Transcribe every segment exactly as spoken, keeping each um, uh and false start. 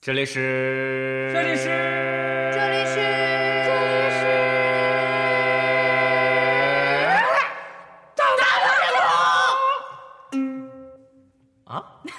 这里是， 这里是， 这里是， 这里是，大大啊！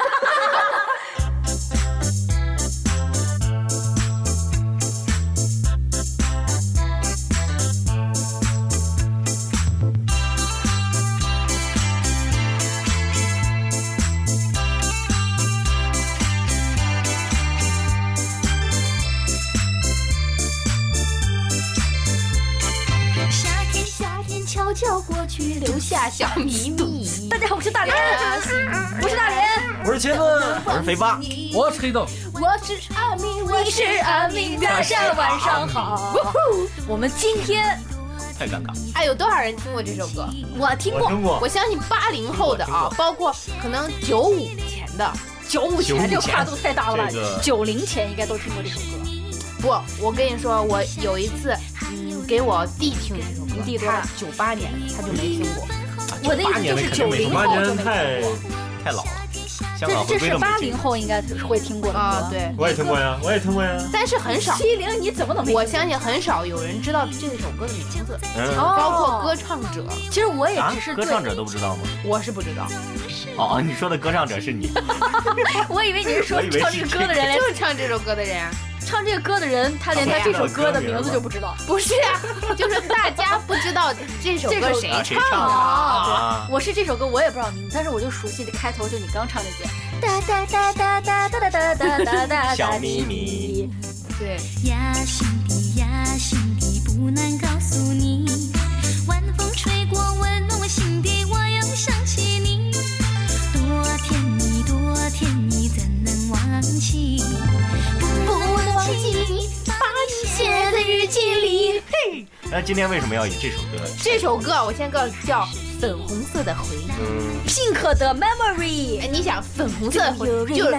悄悄过去，留下小秘密。大家好，我是大连，我是大连， 我是茄子，我是肥八， 我是黑豆， 我是阿明，我是阿明，大家晚上好。我们今天太尴尬。 哎，有多少人听过这首歌？ 我听过， 我听过。 我相信八零后的啊，包括可能九五前的， 九五前这个跨度太大了吧？九零、这个、前应该都听过这首歌。 不，我跟你说，我有一次，嗯，给我弟听这首歌， 你弟多大？ 九八年，他就没听过。 啊、 我的意思就是九零后就没听过， 太老了。 这这是八零后应该会听过的啊，对， 我也听过呀，我也听过呀， 但是很少。 七零你怎么能没听过？ 我相信很少有人知道这首歌的名字， 嗯， 包括歌唱者。 其实我也只是、 啊、歌唱者都不知道吗？ 我是不知道。 哦，你说的歌唱者是你。 我以为你是说唱这歌的人， 就是唱这首歌的人。 唱这个歌的人，他连他这首歌的名字就不知道。 不是啊，就是大家不知道这首歌谁唱的。 啊，我是这首歌我也不知道名字，但是我就熟悉的开头，就你刚唱那句哒哒哒哒哒哒哒哒哒哒小秘密。 对。 呀，心底呀，心底不难告诉你，晚风吹过，温暖我心底，我又想起你，多甜蜜，多甜蜜，怎能忘记？ 不能忘记你，把你写在日记里。 嘿，那今天为什么要以这首歌？ 这首歌我先告诉你，叫粉红色的回忆。 嗯 Pink 的 Memory。 哎，你想粉红色的回忆，就是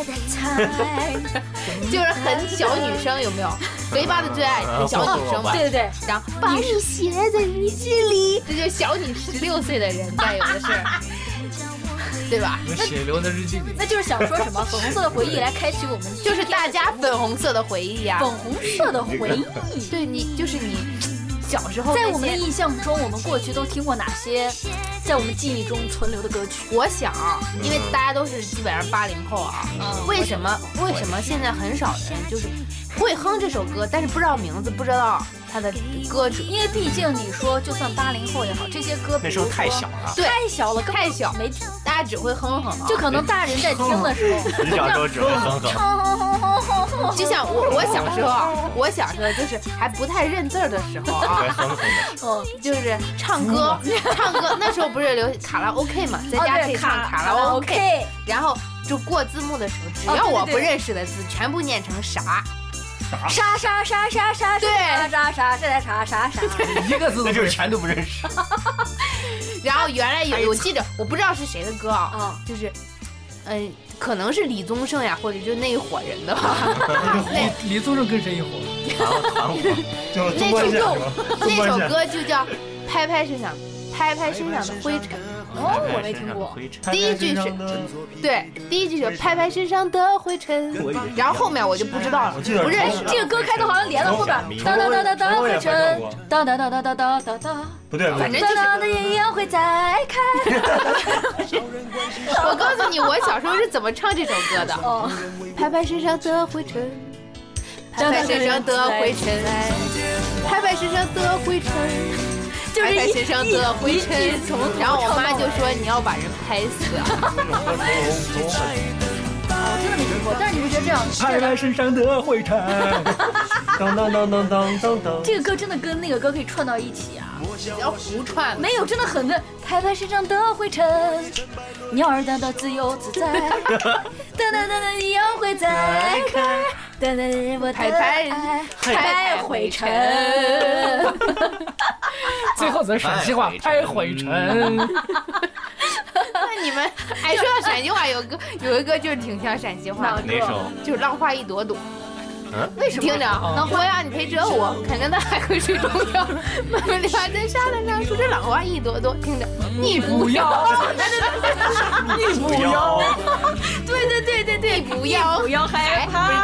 就是很小女生，有没有？肥八的最爱很小女生嘛。 对对对。 然后把你写在日记里， 这就小你十六岁的人该有的事。对吧？ 血流的日记里， 那就是想说什么？粉红色的回忆来开启我们， 就是大家粉红色的回忆呀、啊。 粉红色的回忆， 对你就是你小时候， 在我们的印象中，我们过去都听过哪些在我们记忆中存留的歌曲？ 我想，因为大家都是基本上八零后啊，嗯、为什么为什么现在很少人就是会哼这首歌，但是不知道名字，不知道它的歌者？ 因为毕竟你说，就算八零后也好，这些歌那时候太小了， 对， 太小了， 太小， 没听， 大家只会哼哼、啊， 就可能大人在听的时候， 你小时候只会哼哼， 就像我我小时候啊，我小时候就是还不太认字的时候啊， 哼哼的， 嗯，就是唱歌，唱歌那时候不是流卡拉 OK 嘛，在家可以唱卡拉 OK， 然后就过字幕的时候，只要我不认识的字，全部念成啥。 啥啥啥啥啥对啥啥啥啥啥啥啥， 一个字那就是全都不认识。 然后原来有我记着，我不知道是谁的歌啊， 嗯、 就是，嗯、呃，可能是李宗盛呀，或者就那一伙人的吧。 李李宗盛跟谁一伙？ 团伙， 就那首歌，那首歌就叫《拍拍身上，拍拍身上的灰尘》。 哦，我没听过。 第一句是，对，第一句是拍拍身上的灰尘，然后后面我就不知道了，不认识。 这个歌开头好像连了后边，哒哒哒哒哒灰尘，哒哒哒哒哒哒哒哒， 不对， 反正就是哒的艳阳会再开。 我告诉你，我小时候是怎么唱这首歌的。哦，拍拍身上的灰尘，拍拍身上的灰尘，拍拍身上的灰尘。 就是拍身上的灰尘，然后我妈就说你要把人拍死啊！ 我真的没听过，但是你不觉得这样？ 拍拍身上的灰尘， 当当当当当当当。 这个歌真的跟那个歌可以串到一起啊！ 要胡串， 没有，真的很的。拍拍身上的灰尘，鸟儿哒哒自由自在，哒哒哒哒一样会再开，哒哒我拍拍拍拍灰尘。 最后咱陕西话拍灰尘。 那你们哎，说到陕西话，有个有一个就是挺像陕西话的， 哪首？ 就是浪花一朵朵。 嗯， 为什么？听着，浪花呀，你陪着我，看看那海会水中央，慢慢溜在沙滩上，数着浪花一朵朵。听着，你不要，你不要，对对对对对，不要， 不要害怕， 不是这样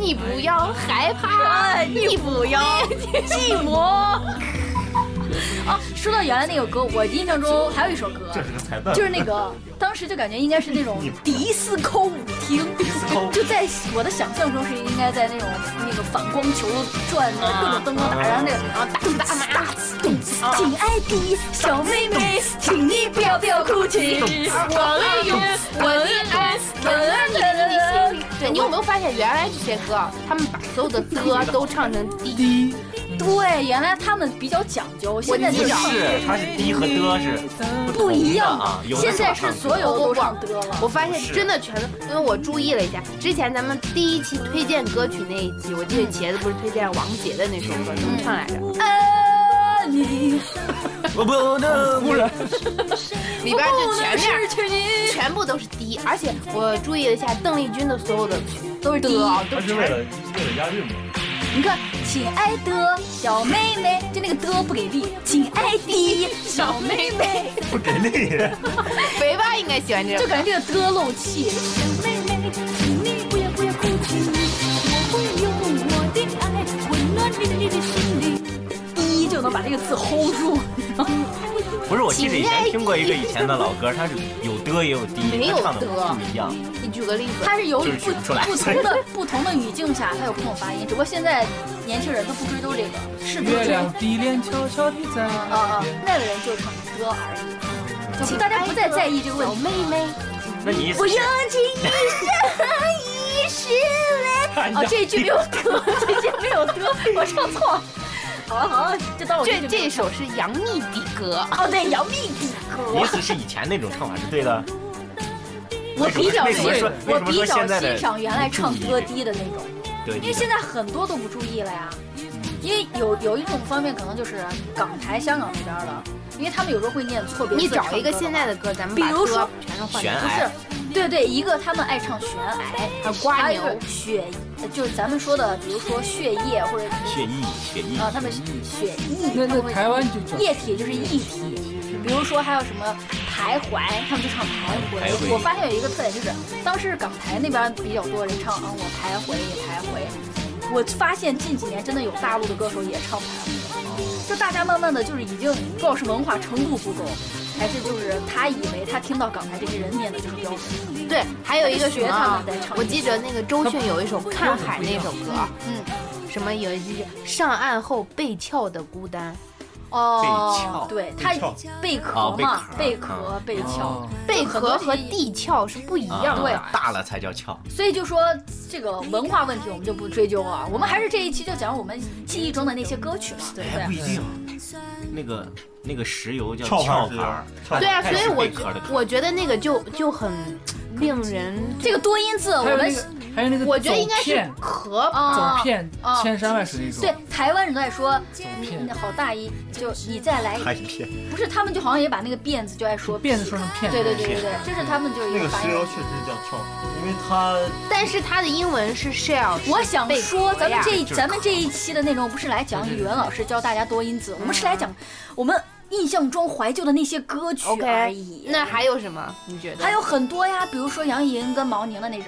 你不要害怕，你不要寂寞。 啊，说到原来那个歌，我印象中还有一首歌， 这是个彩蛋， 就是那个当时就感觉应该是那种迪斯科舞厅，就在我的想象中是应该在那种那个反光球转的各种灯光打，然后那个然后大大妈，亲爱的小妹妹，请你不要不要哭泣，我爱你，我爱我爱你。 对，你有没有发现原来这些歌，他们把所有的歌都唱成低？ 对，原来他们比较讲究，现在就是它是低和的是不一样啊。 现在是所有都唱的了。 我发现真的全都，因为我注意了一下，之前咱们第一期推荐歌曲那一期，我记得茄子不是推荐王杰的那首歌，怎么唱来着？ 爱你， 我不能忽然里边就全面全部都是低，而且我注意了一下，邓丽君的所有的都是低， 他是为了为了押韵嘛。 你看，亲爱的小妹妹，就那个的不给力，亲爱的小妹妹不给力。 肥爸应该喜欢这个， 就感觉这个的漏气。小妹妹，请你不要不要哭泣，我会用我的爱温暖你的心灵。一就能把这个字 hold 住。 不是，我记得以前听过一个以前的老歌，它是有的也有低， 没有唱的的不一样。 你举个例子， 它是由于不不出来不同的不同的语境下，它有不同发音。只不过现在年轻人他不追究这个，是不是？ 月亮低脸悄悄地在啊啊，那个人就唱歌而已，请大家不再在意这个问题。 妹妹， 那你意思我用尽一生一世泪。哦，这一句没有的，这句没有的，我唱错了。好了好了，就当我这这首是杨幂的歌。 哦，对，杨幂的歌。 意思是以前那种唱法是对的。 我比较为什么说我比较欣赏原来唱歌低的那种， 对， 因为现在很多都不注意了呀。因为有有一种方面可能就是港台、香港那边的，因为他们有时候会念错别字。 你找一个现在的歌，咱们把歌全都换。 悬不是，对对，一个他们爱唱悬崖， 还有瓜牛、 血，就是咱们说的，比如说血液或者血液、血液啊，他们血液， 那那台湾就叫液体就是液体。比如说还有什么徘徊，他们就唱徘徊。我发现有一个特点就是，当时港台那边比较多人唱啊，我徘徊也徘徊。我发现近几年真的有大陆的歌手也唱徘徊，就大家慢慢的就是已经不知道是文化程度不够，还是就是他以为他听到港台这些人念的就是标准。 对，还有一个学他们在唱， 我记得那个周迅有一首《看海》那首歌，嗯，什么有一句上岸后被壳的孤单。 哦，对，它贝壳嘛，贝壳、贝壳、 贝壳和地壳是不一样的， 对， 大了才叫壳。 所以就说这个文化问题我们就不追究了，我们还是这一期就讲我们记忆中的那些歌曲嘛，对不对？ 不一定，那个那个石油叫壳牌， 对啊，所以我我觉得那个就就很令人这个多音字，我们。 还有那个， 我觉得应该是壳走遍千山万水那种。 对，台湾人都在说，你好大一，就你再来一遍。不是，他们就好像也把那个辫子就爱说辫子说成片。 对对对对对，这是他们就那个石油确实叫壳，因为它。 但是它的英文是 shell。 我想说，咱们这咱们这一期的内容不是来讲语文老师教大家多音字，我们是来讲我们。印象中怀旧的那些歌曲而已。 Okay, 那还有什么？你觉得？ 还有很多呀，比如说杨钰莹跟毛宁的那首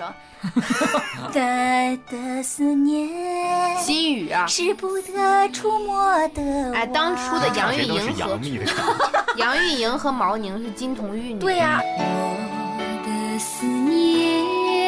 《呆的思念》， 心语啊， 是不得触摸的。 哎，当初的杨钰莹和杨钰莹和毛宁是金童玉女。 对呀、啊。 我的思念。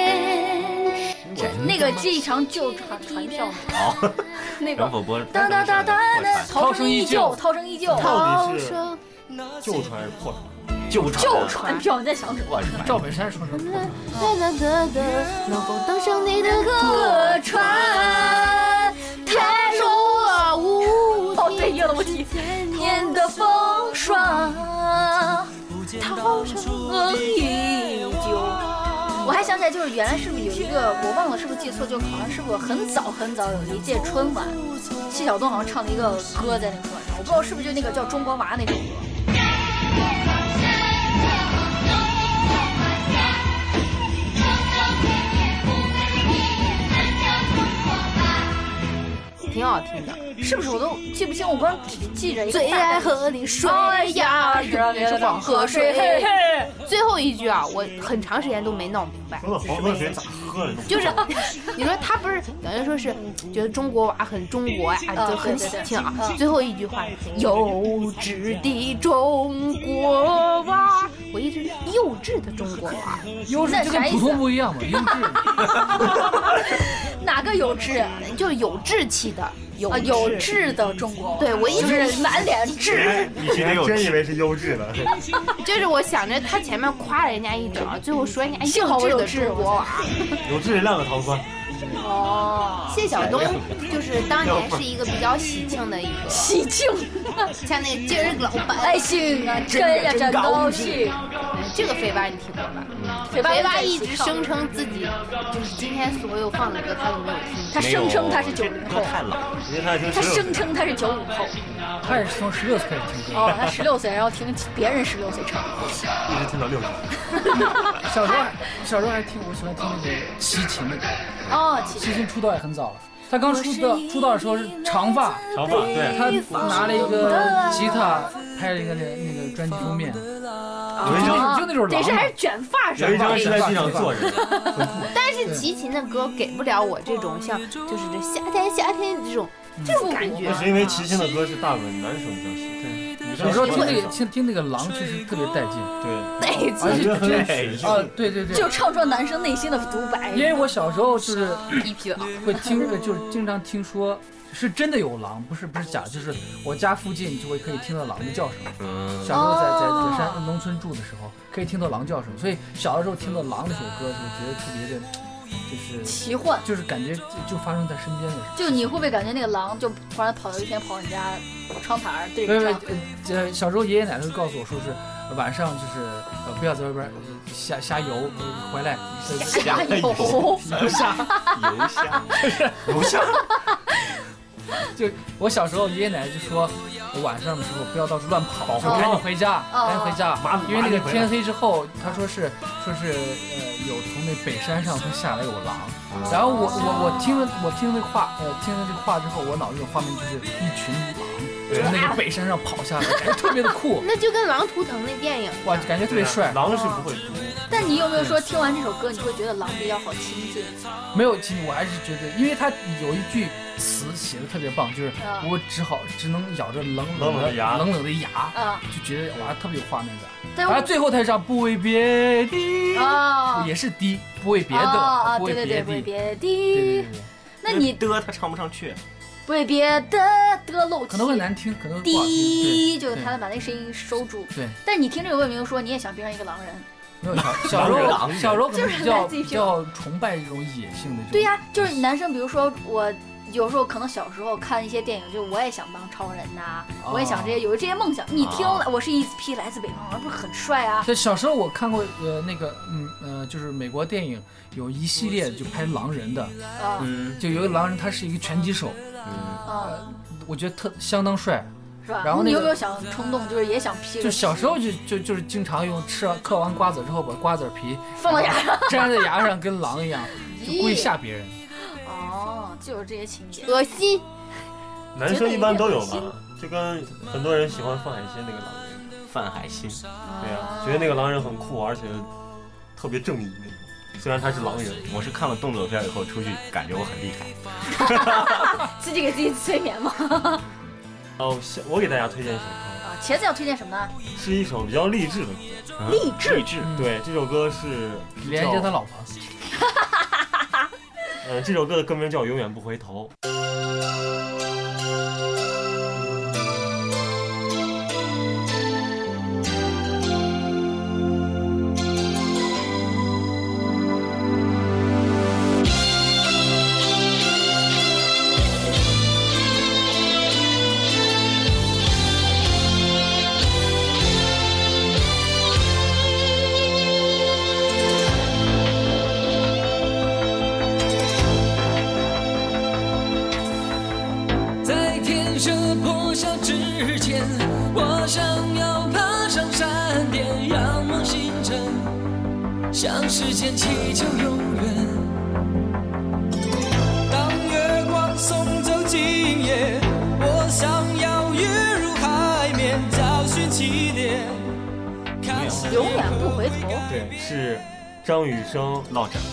那个这一场旧传传票哦， 那个哒哒哒哒，涛声依旧，涛声依旧。 到底是旧传还是破传？ 旧传。 旧传票，你在想什么？ 赵本山说什么？ 能否登上你的客船？太若无哦，对，应了我几年的风霜，涛声依旧。我还想起来，就是原来是不是有一个，我忘了是不是记错，就好像是不是很早很早有一届春晚，谢晓东好像唱了一个歌在那个春晚上，我不知道是不是就那个叫《中国娃》那首歌。 挺好听的， 是不是？我都记不清，我光记着一个。 最爱喝的水呀，永远是黄河水。最后一句啊，我很长时间都没弄明白。 说到黄河水咋喝了？ 就是你说他不是等于说是觉得中国娃很中国呀，就很喜庆啊。最后一句话，幼稚的中国娃，我一直幼稚的中国娃， 幼稚就跟普通不一样嘛，幼稚。 哪个有志？ 就是有志气的，有啊有志的中国。 对我一直满脸痣， 你真以为是优质的。 就是我想着他前面夸人家一整，最后说人家幼稚的中国娃。 有志亮个糖酸。 哦， 谢晓东就是当年是一个比较喜庆的一个喜庆， 像那个今儿老百姓啊，真呀真高兴。 这个肥八你听过吧？ 肥八肥八一直声称自己就是今天所有放的歌他都没有听， 他声称他是九零后， 太老， 他声称他是九五后， 他也是从十六岁开始听歌。 哦，他十六岁，然后听别人十六岁唱， 一直听到六十。 小时候小时候还听，我喜欢听那个齐秦的歌。 哦， 齐秦出道也很早了。他刚出道出道的时候是长发， 长发，对， 他拿了一个吉他拍了一个那那个专辑封面。 有一张就那种， 得是还是卷发， 有一张是在地上坐着， 但是齐秦的歌给不了我这种像就是这夏天夏天这种这种感觉。 那是因为齐秦的歌是大部分男生比较喜欢，对，女生有时候听那个听听那个狼确实特别带劲， 对， 带劲啊，对对对， 就唱出男生内心的独白。 因为我小时候就是一匹狼， 会听就是经常听说。是真的有狼，不是不是假的，就是我家附近就会可以听到狼的叫声。嗯，小时候在在在山农村住的时候，可以听到狼叫声，所以小的时候听到狼那首歌，就觉得特别的，就是奇幻， 就是感觉就发生在身边的。 就你会不会感觉那个狼就突然跑到一天跑你家窗台对着唱？呃，小时候爷爷奶奶会告诉我说是晚上就是呃不要在外边瞎瞎游，回来瞎游游虾游虾游虾。就我小时候，爷爷奶奶就说，我晚上的时候不要到处乱跑，就赶紧回家，赶紧回家，因为那个天黑之后，他说是说是呃有从那北山上会下来有狼，然后我我我听了我听那话呃听了这个话之后，我脑子里的画面就是一群狼从那个北山上跑下来，感觉特别的酷。 那就跟《狼图腾》那电影， 哇，感觉特别帅。 狼是不会毒。 但你有没有说听完这首歌，你会觉得狼比较好亲近？ 没有亲近，我还是觉得，因为他有一句词写的特别棒，就是我只好只能咬着冷冷的牙，冷冷的牙，啊，就觉得哇特别有画面感。然后最后他唱不为别的，啊，也是的，不为别的， 啊， 不为别的， 不为别的。 对对对。 那你的他唱不上去。 不为别的的漏气， 可能会难听，可能低，就他把那声音收住。 对， 但是你听这个未名说，你也想变成一个狼人。 没有小小时候，小时候可能比较比较崇拜这种野性的。 对呀，就是男生，比如说我有时候可能小时候看一些电影，就我也想当超人呐，我也想这些有这些梦想。你听了，我是一匹来自北方狼，不是很帅啊？ 对，小时候我看过呃那个嗯呃就是美国电影有一系列就拍狼人的，嗯，就有一个狼人他是一个拳击手。嗯，呃，我觉得特相当帅， 是吧？ 然后、那个、 你有没有想冲动，就是也想劈？ 就小时候就就就是经常用吃完嗑完瓜子之后，把瓜子皮放到牙上， 粘在牙上，跟狼一样，就故意吓别人。 哦，就有这些情节， 恶心。 男生一般都有吧，就跟很多人喜欢范海辛那个狼人。 范海辛， 对呀、啊，觉得那个狼人很酷，而且特别正义那种。虽然他是狼人， 我是看了动作片以后出去，感觉我很厉害。 自己给自己催眠吗？ 哦，我给大家推荐一首歌啊，茄子要推荐什么呢？ 是一首比较励志的歌。 嗯、励志， 励志。 对，这首歌是连接他老婆。 呃，这首歌的歌名叫《永远不回头》。 向时间祈求永远，当月光送走今夜。 永远不回头。 对，是张雨生落枕，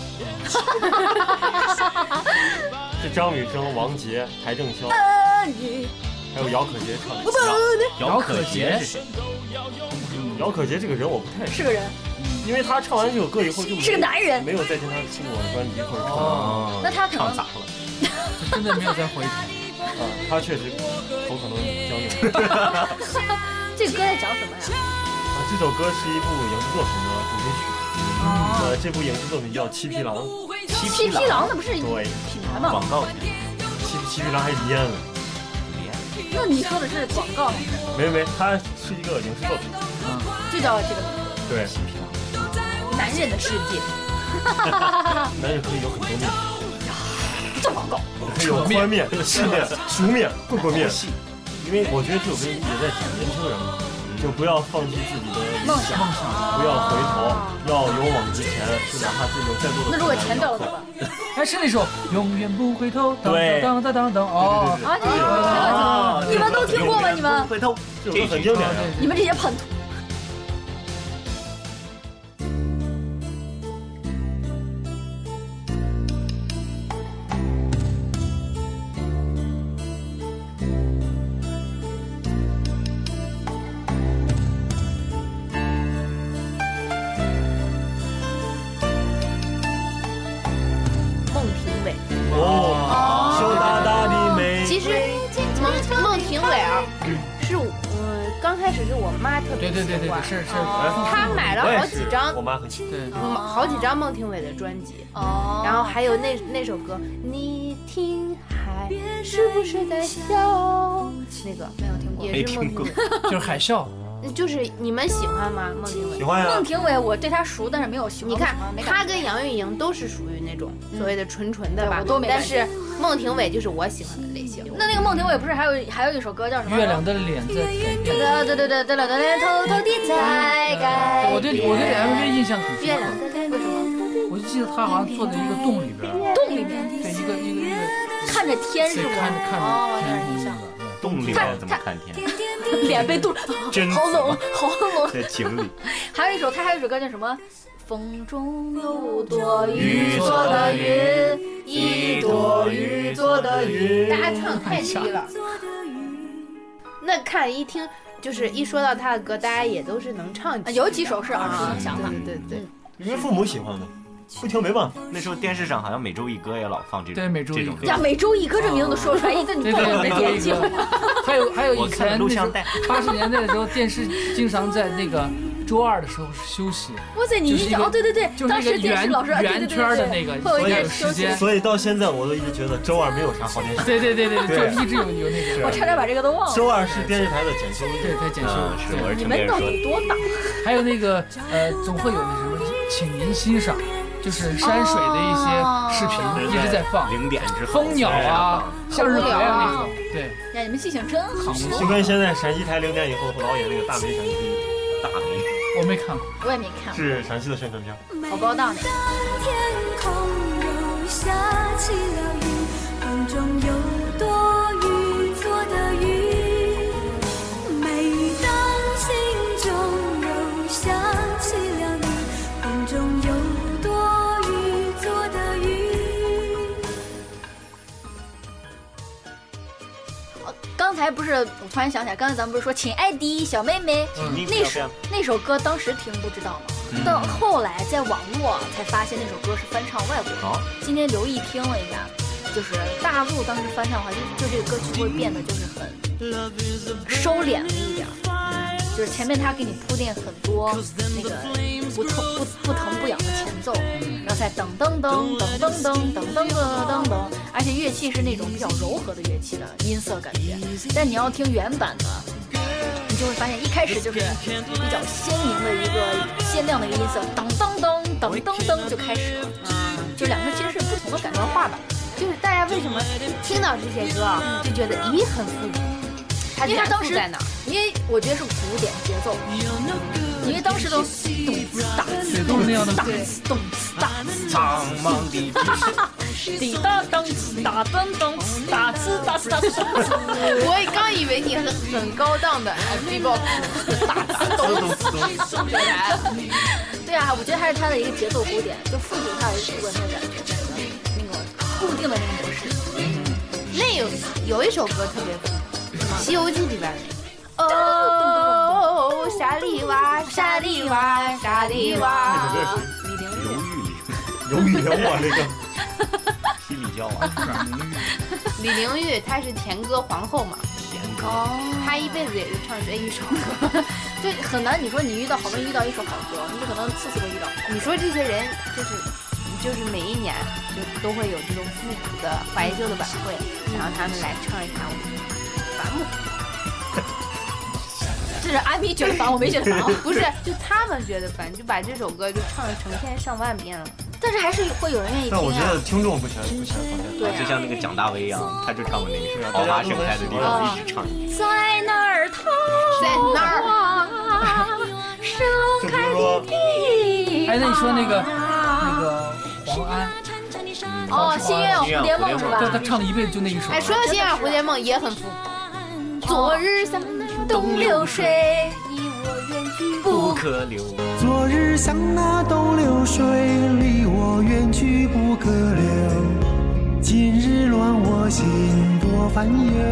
是张雨生、王杰、邰正宵，还有姚可杰唱的。 姚可杰是谁？ 姚可杰这个人我不太是个人， 因为他唱完这首歌以后就没是个男人， 没有再听他出过专辑或者唱。 哦， 那他可能唱砸了， 真的没有再回头。 啊，他确实头可能僵硬。 这个歌在讲什么呀？ 啊，这首歌是一部影视作品的主题曲。 哦， 呃，这部影视作品叫《七匹狼》。 七匹狼那不是对品牌吗？ 广告片。 七七匹狼还离烟了。 那你说的是广告还是？ 没没，它是一个影视作品。 嗯，就叫这个名字。 对。 男人的世界。 男人可以有很多面。 这广告。 可以有宽面、细面、熟面、棍棍面。因为我觉得这首歌也在讲年轻人嘛，就不要放弃自己的梦想， 不要回头，要勇往直前，就哪怕自己有再多的。 那如果钱掉了怎么办？ 还是那首永远不回头。 对， 当当当当哦啊，这个你们都听过吗？你们回头， 这首歌很经典。 你们这些叛徒。 开始是我妈特别喜欢， 对对对对，是是， 她买了好几张， 我妈很喜欢， 对， 好几张孟庭苇的专辑，哦，然后还有那那首歌，你听海是不是在笑？那个没有听过， 也是孟庭苇， 就是海啸。 就是你们喜欢吗？孟庭苇喜欢呀。 孟庭苇我对她熟，但是没有喜欢。 你看她跟杨钰莹都是属于那种所谓的纯纯的吧， 我都没。 但是孟庭苇就是我喜欢的类型。 那那个孟庭苇不是还有还有一首歌叫什么？ 月亮的脸在改变。 对对对对对，月亮的脸偷偷地在改变。 我对我对 M V 印象很深。 月亮的脸为什么？ 我就记得他好像坐在一个洞里边。 洞里面。 对，一个一个一个。 看着天是吗？ 看着看着天印象。 洞里面怎么看天？ 脸被冻，好冷，好冷。 在井里。 还有一首，他还有一首歌叫什么？风中有朵雨做的云，一朵雨做的云。 大家唱太低了。那看一听，就是一说到他的歌，大家也都是能唱起。 有几首是耳熟能详的。 对对对。 因为父母喜欢嘛。不听没办法。 那时候电视上好像每周一歌也老放这种， 对，每周一歌。 呀，每周一歌这名字都说出来，一个你不能没眼睛。 还有还有以前录像带， 八十年代的时候，电视经常在那个周二的时候是休息。 哇塞，你一讲哦，对对对， 就是那个圆圆圈的那个， 所以有时间。 所以到现在我都一直觉得周二没有啥好电视。 对对对对，就一直有有那个。 我差点把这个都忘了。 周二是电视台的检修日， 对，在检修日。 你们到底多大？ 还有那个呃，总会有那什么，请您欣赏。就是山水的一些视频一直在放， 零点之后， 蜂鸟啊，向日葵啊那种，对。 呀，你们记性真好。 就跟现在陕西台零点以后老演那个大梅陕西，大梅， 我没看过， 我也没看过。 是陕西的宣传片， 好高大呢。 天空又下起了雨，风中有朵雨做的云，每当心中又想起了你，风中有。 刚才不是，我突然想起来，刚才咱们不是说亲爱的小妹妹， 嗯、 那首那首歌当时听不知道吗？嗯、到后来在网络才发现那首歌是翻唱外国歌。哦、今天留意听了一下，就是大陆当时翻唱的话，就就这个歌曲会变得就是很收敛了一点，就是前面他给你铺垫很多那个不疼不不疼不痒的前奏，然后再噔噔噔噔噔噔噔噔噔噔噔，而且乐器是那种比较柔和的乐器的音色感觉。但你要听原版的，你就会发现一开始就是比较鲜明的一个鲜亮的一个音色，噔噔噔噔噔噔就开始了。啊，就两个其实是不同的感觉画吧。 就是大家为什么听到这些歌就觉得咦很复古？它因为它当时在哪？ 因为我觉得是古典节奏，因为当时都咚子大对都是那样的， 对咚子大苍茫的滴答当子打噔噔子打子打我刚以为你很很高档的 B-box 大打咚咚咚来。 对啊，我觉得还是它的一个节奏鼓点，就复古它有一个那个感觉，那个固定的那个模式。 那有有一首歌特别复古，《西游记》里边的。哦，沙里哇，沙里哇，沙里哇。 李玲玉，刘玉玲，我那个霹雳娇啊， 李玲玉她是甜歌皇后嘛， 甜歌， 她一辈子也就唱这一首歌， 就很难。你说你遇到好不容易遇到一首好歌，你不可能次次都遇到。 你说这些人就是就是每一年就都会有这种复古的怀旧的晚会，然后他们来唱一下，我烦不？ 这是阿咪觉得烦，我没觉得烦。 不是，就他们觉得烦，就把这首歌就唱了成千上万遍了。 但是还是会有人愿意听。 但我觉得听众不全不全放在。 对， 就像那个蒋大为一样，他就唱过那个《桃花盛开的地方》，一直唱。 在那儿桃花盛开的地方。 哎，那你说那个那个黄安。 哦，心愿蝴蝶梦是吧？ 对，他唱了一辈子就那一首。 哎，说到心愿蝴蝶梦也很复古。昨日像那东流水，离我远去不可留。 昨日像那东流水，离我远去不可留。今日乱我心多烦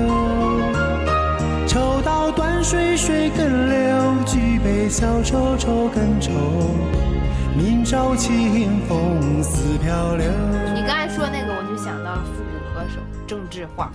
忧。抽刀断水水更流，举杯消愁愁更愁。明朝清风似飘流。 你刚才说那个，我就想到了复古歌手郑智化。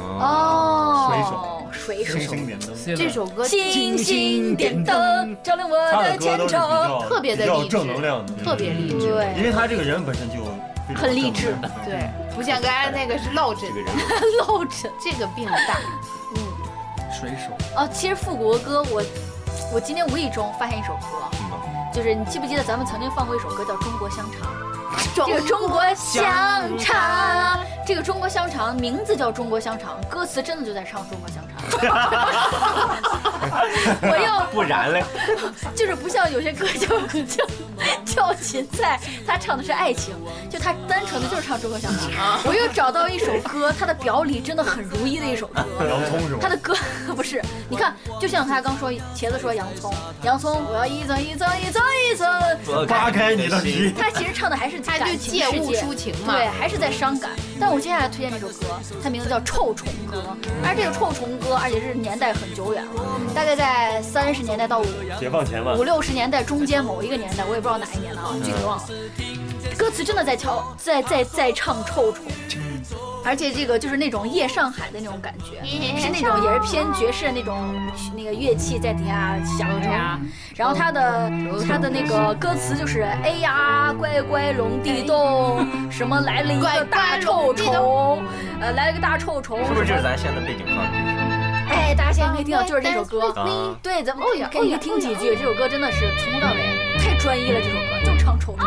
哦，水手， 星星点灯， 这首歌星星点灯照亮我的前程， 特别的励志， 正能量的， 特别励志。 对， 因为他这个人本身就很励志， 对，不像刚才那个是落枕， 落枕， 这个病大。 嗯， 水手。 哦，其实复古的歌，我我今天无意中发现一首歌，就是你记不记得咱们曾经放过一首歌叫《中国香肠》？这个中国香肠，这个中国香肠名字叫中国香肠，歌词真的就在唱中国香肠。我要不然嘞， 就是不像有些歌叫叫叫芹菜，他唱的是爱情，就他单纯的就是唱中国香肠。我又找到一首歌，它的表里真的很如一的一首歌。 洋葱是吗？ 他的歌不是，你看，就像他刚说，茄子说洋葱，洋葱我要一层一层一层一层扒开你的皮。 他其实唱的还是他就借物抒情嘛， 对，还是在伤感。但我接下来推荐这首歌，它名字叫《臭虫歌》，而这个臭虫歌，而且是年代很久远了，大概在三十年代到五解放前吧， 五六十年代中间某一个年代，我也不知道哪一年了啊，具体忘了。歌词真的在敲，在在在唱臭虫。而且这个就是那种夜上海的那种感觉，是那种也是偏爵士的那种那个乐器在底下响着呀。然后他的他的那个歌词就是哎呀乖乖龙地洞，什么来了一个大臭虫，呃来了个大臭虫， 是不是就是咱现在背景放的这首？ 哎，大家现在可以听到就是这首歌， 啊、 对，咱们可以听几句。这首歌真的是从头到尾太专一了，这首歌就唱臭虫。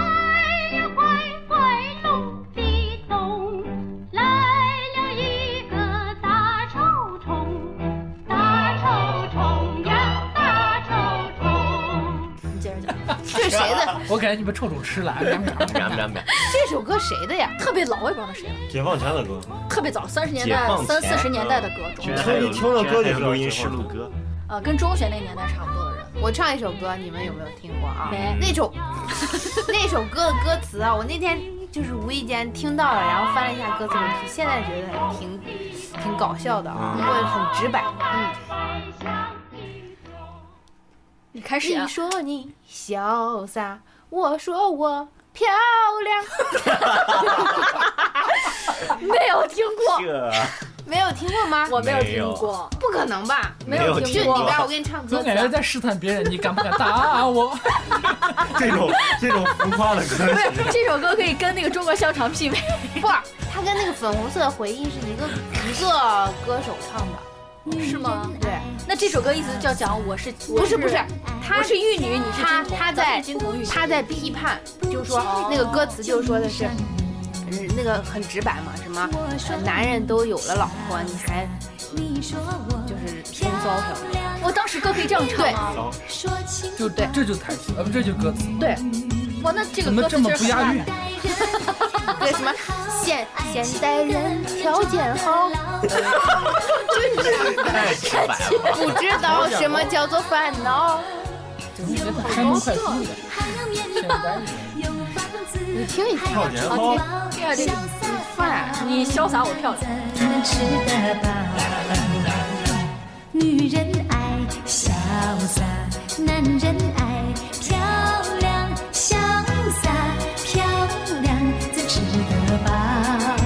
这是谁的？ 我感觉你们臭虫吃了。 这首歌谁的呀？ 特别老，我也不知道是谁了。 解放前的歌， 特别早，三十年代、三四十年代的歌。 居然还有听的歌就是录音室录歌。 呃，跟中学那年代差不多的人。 我唱一首歌，你们有没有听过啊？那首那首歌的歌词啊，我那天就是无意间听到了，然后翻了一下歌词，我现在觉得挺挺搞笑的啊，或者很直白。嗯。 你开始、啊、 你说你潇洒，我说我漂亮。 没有听过， 没有听过吗？ 我没有听过， 不可能吧？ 没有听过。 就里边我给你唱歌， 我感觉在试探别人，你敢不敢打我？ 这种这种浮夸的歌， 不是这首歌可以跟那个中国香肠媲美。 不，它跟那个粉红色的回忆是一个一个歌手唱的。 是吗？ 对， 那这首歌意思就讲我是不是不是， 他是玉女，你是他他在金童玉， 他在批判，就是说那个歌词就是说的是，嗯，那个很直白嘛，什么男人都有了老婆，你还就是风骚什么的。 我当时歌可以这样唱吗？ 就对，这就台词，呃不，这就歌词。 对， 哇，那这个怎么这么不押韵？ 对什么现现代人条件好，就是太直白了， 不知道什么叫做烦恼。 就是觉得开门快速的，现代人。 你听一听， 跳节操， 第二这个饭， 你潇洒我漂亮。 吃得饱，女人爱潇洒，男人爱漂亮，潇洒漂亮才吃得饱。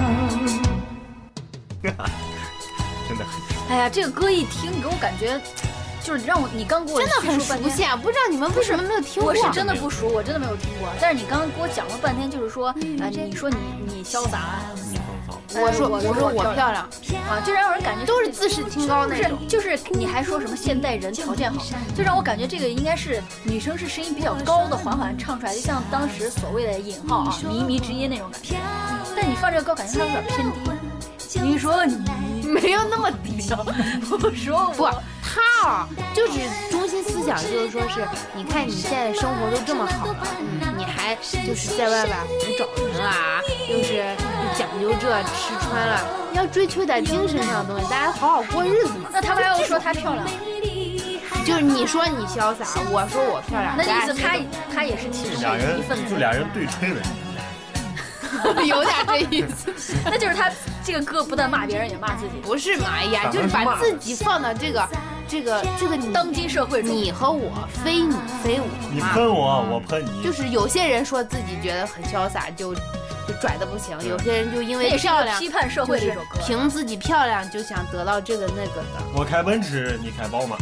真的很。 哎呀，这个歌一听给我感觉，就是让我你刚给我真的很叙述半天熟悉啊！不知道你们为什么没有听过？ 我是真的不熟，我真的没有听过。但是你刚刚给我讲了半天，就是说，呃，你说你你潇洒， 你风骚， 我说我我说我漂亮啊，就让人感觉都是自视清高那种。 就是你还说什么现代人条件好，就让我感觉这个应该是女生是声音比较高的，缓缓唱出来，就像当时所谓的引号啊靡靡之音那种感觉。但你放这个歌，感觉它有点偏低。你说你没有那么低， 我说不，他啊，就是中心思想就是说是，你看你现在生活都这么好了，你还就是在外边不找人啊，就是讲究这吃穿了，要追求点精神上的东西，大家好好过日子嘛。 那他们还要说她漂亮， 就是你说你潇洒，我说我漂亮， 那意思他他也是其实俩人一份子， 就俩人对吹的。 有点这意思。 那就是他这个歌不但骂别人也骂自己， 不是嘛？哎呀，就是把自己放到这个这个这个你当今社会中， 你和我非你非我你嘛。 喷我，我喷你。 就是有些人说自己觉得很潇洒，就就拽的不行；有些人就因那也是一为漂亮， 个批判社会的一首歌， 凭自己漂亮就想得到这个那个的。 我开奔驰，你开宝马，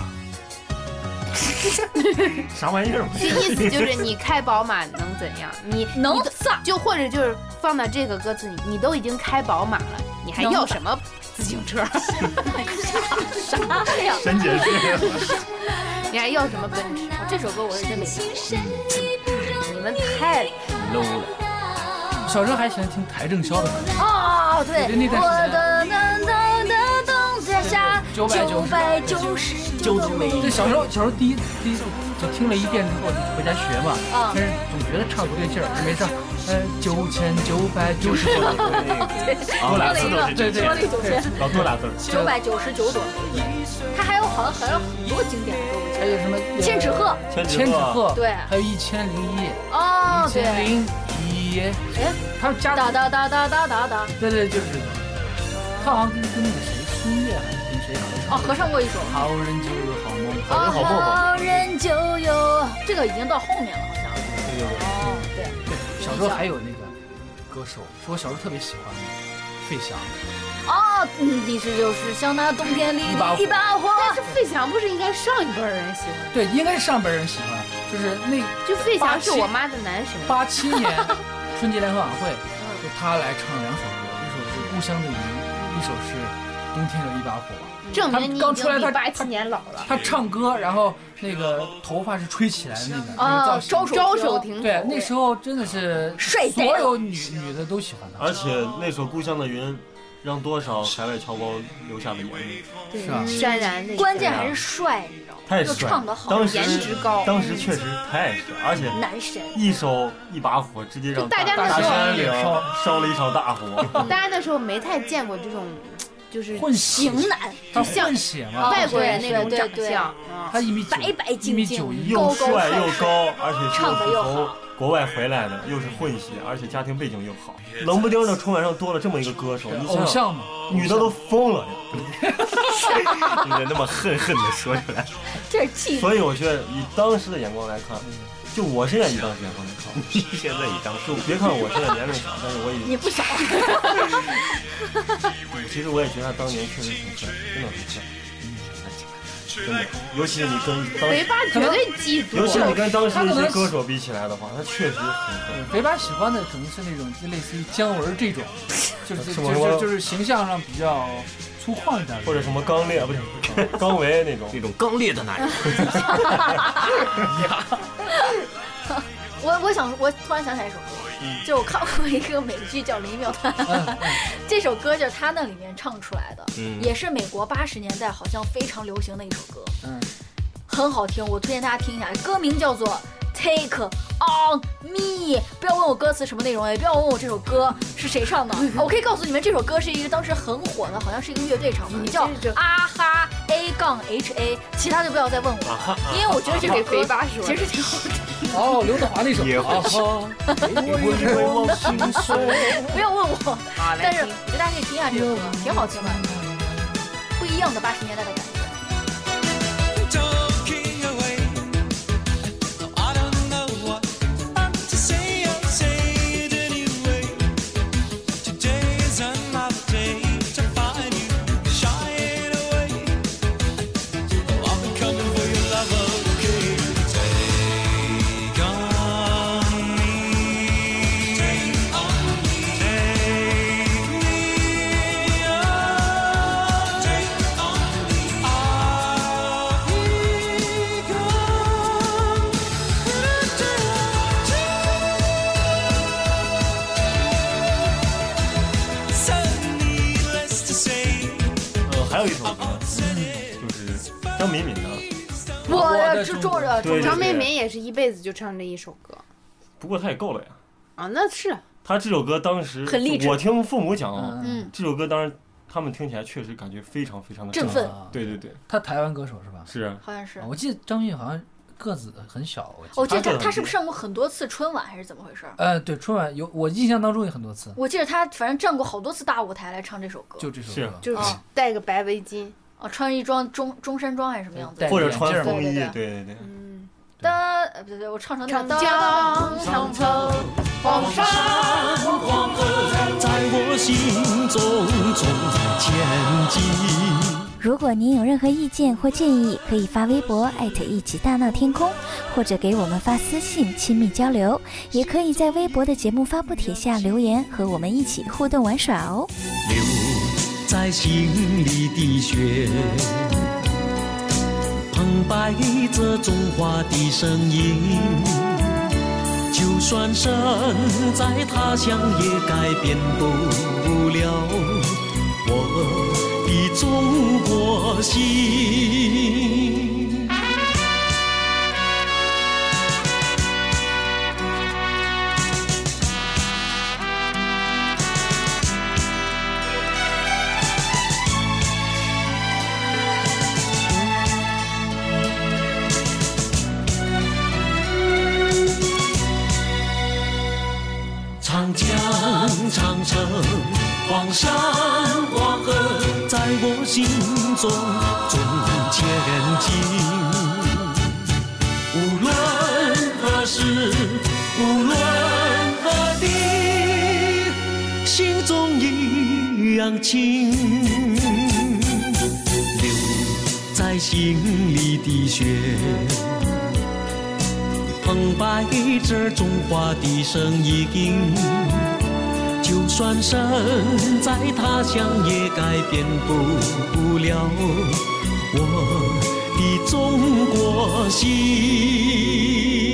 啥玩意儿？ 这意思就是你开宝马能怎样？你能你都咋？ 就或者就是放到这个歌词里，你都已经开宝马了，你还要什么自行车？ 啥呀？ 神解释。 你还要什么奔驰？ 这首歌我是真没听过。 你们太 low 了。 小时候还喜欢听邰正宵的歌。 哦，对， 那段时间我的噔噔的冬在下九百九十九度美。 这小时候小时候第一第一次就听了一遍之后就回家学嘛， 啊但是总觉得唱不对劲儿，没上，呃，九千九百九十九度， 多俩字都是对对说了一九千老多俩字。 九百九十九朵玫瑰，它还有好像还有很多经典的歌， 还有什么千纸鹤， 千纸鹤， 对， 还有一千零一， 哦， 一千对， 零一， 哎， 还有加哒哒哒哒哒哒哒， 对对，就是这个，他好像跟跟那个谁孙悦还是跟谁合唱？ 哦，合唱过一首。 好人就有好梦， 好人好梦嘛。 好人就有，这个已经到后面了，好像。 对对对。 哦，对。 对，小时候还有那个歌手，是我小时候特别喜欢的，费翔。 哦，嗯，你是就是像那冬天里的一把火。 但是费翔不是应该上一辈人喜欢？ 对，应该是上辈人喜欢，就是那就费翔是我妈的男神。 八七年春节联欢晚会，就他来唱两首歌，一首是《故乡的云》，一首是《冬天有一把火》。 证明你已经比八七年老了。 他唱歌，然后那个头发是吹起来的那个那个造型， 招手招手停。 对，那时候真的是帅所有女女的都喜欢他。 而且那首《故乡的云》让多少海外侨胞流下了眼泪。 对， 是吧？ 潸然泪。 关键还是帅，你知道吗？ 太帅， 唱得好， 当时颜值高， 当时确实太帅，而且男神一手一把火，直接让大家那大时候山岭烧了一场大火。 大家那时候没太见过这种，就是混型男， 他混血嘛， 外国人那种长相， 他一米九， 白白净净， 又帅又高，而且唱得又好。 从国外回来的，又是混血，而且家庭背景又好，冷不丁的春晚上多了这么一个歌手，你偶像嘛， 女的都疯了呀！ 你得那么恨恨的说出来， 这是气。 所以我觉得以当时的眼光来看，就我现在以当时眼光来看， 你现在以当时， 别看我现在年龄小，但是我已经你不少。 其实我也觉得他当年确实挺帅，真的很帅。真的，尤其是你跟当肥八绝对嫉妒。 尤其是你跟当时那些歌手比起来的话，他确实很帅。 肥八喜欢的可能是那种就类似于姜文这种，就是就是就是形象上比较粗犷一点， 或者什么刚烈不是刚维那种那种刚烈的男人。 我我想我突然想起来一首歌，就是我看过一个美剧叫《灵异妙探》，这首歌就是他那里面唱出来的，也是美国八十年代好像非常流行的一首歌，嗯，很好听，我推荐大家听一下，歌名叫做 Take on me， 不要问我歌词什么内容，也不要问我这首歌是谁唱的。我可以告诉你们，这首歌是一个当时很火的，好像是一个乐队唱的，叫啊哈 A 杠 H A， 其他就不要再问我，因为我觉得这首歌其实挺好听。 哦，刘德华那首也会唱。 不要问我，但是我觉得大家可以听一下这首歌，挺好听的，不一样的八十年代的感觉。 张敏敏的， 我的中中人， 对张敏敏也是一辈子就唱这一首歌， 不过她也够了呀。 啊，那是她这首歌当时很励志， 我听父母讲啊， 嗯， 这首歌当时他们听起来确实感觉非常非常的振奋。 对对对， 她台湾歌手是吧？ 是啊， 好像是。 我记得张敏好像个子很小， 我记得他他是不是上过很多次春晚还是怎么回事？ 呃，对，春晚有，我印象当中有很多次。 我记得他反正站过好多次大舞台来唱这首歌， 就这首歌， 就是戴个白围巾。 哦，穿一装中中山装还是什么样子？ 或者穿风衣， 对对对对。 嗯，哒，呃，不对对，我唱成长江、长城、黄山、黄河，在我心中中前进。如果您有任何意见或建议，可以发微博艾特一起大闹天空，或者给我们发私信亲密交流，也可以在微博的节目发布帖下留言，和我们一起互动玩耍哦。 在心里的雪，澎湃着中华的声音。就算身在他乡，也改变不了我的中国心。长江、长城、黄山、黄河，在我心中中前进。无论何时，无论何地，心中一样亲。留在心里的血，澎湃着中华的声音，就算身在他乡，也改变不了我的中国心。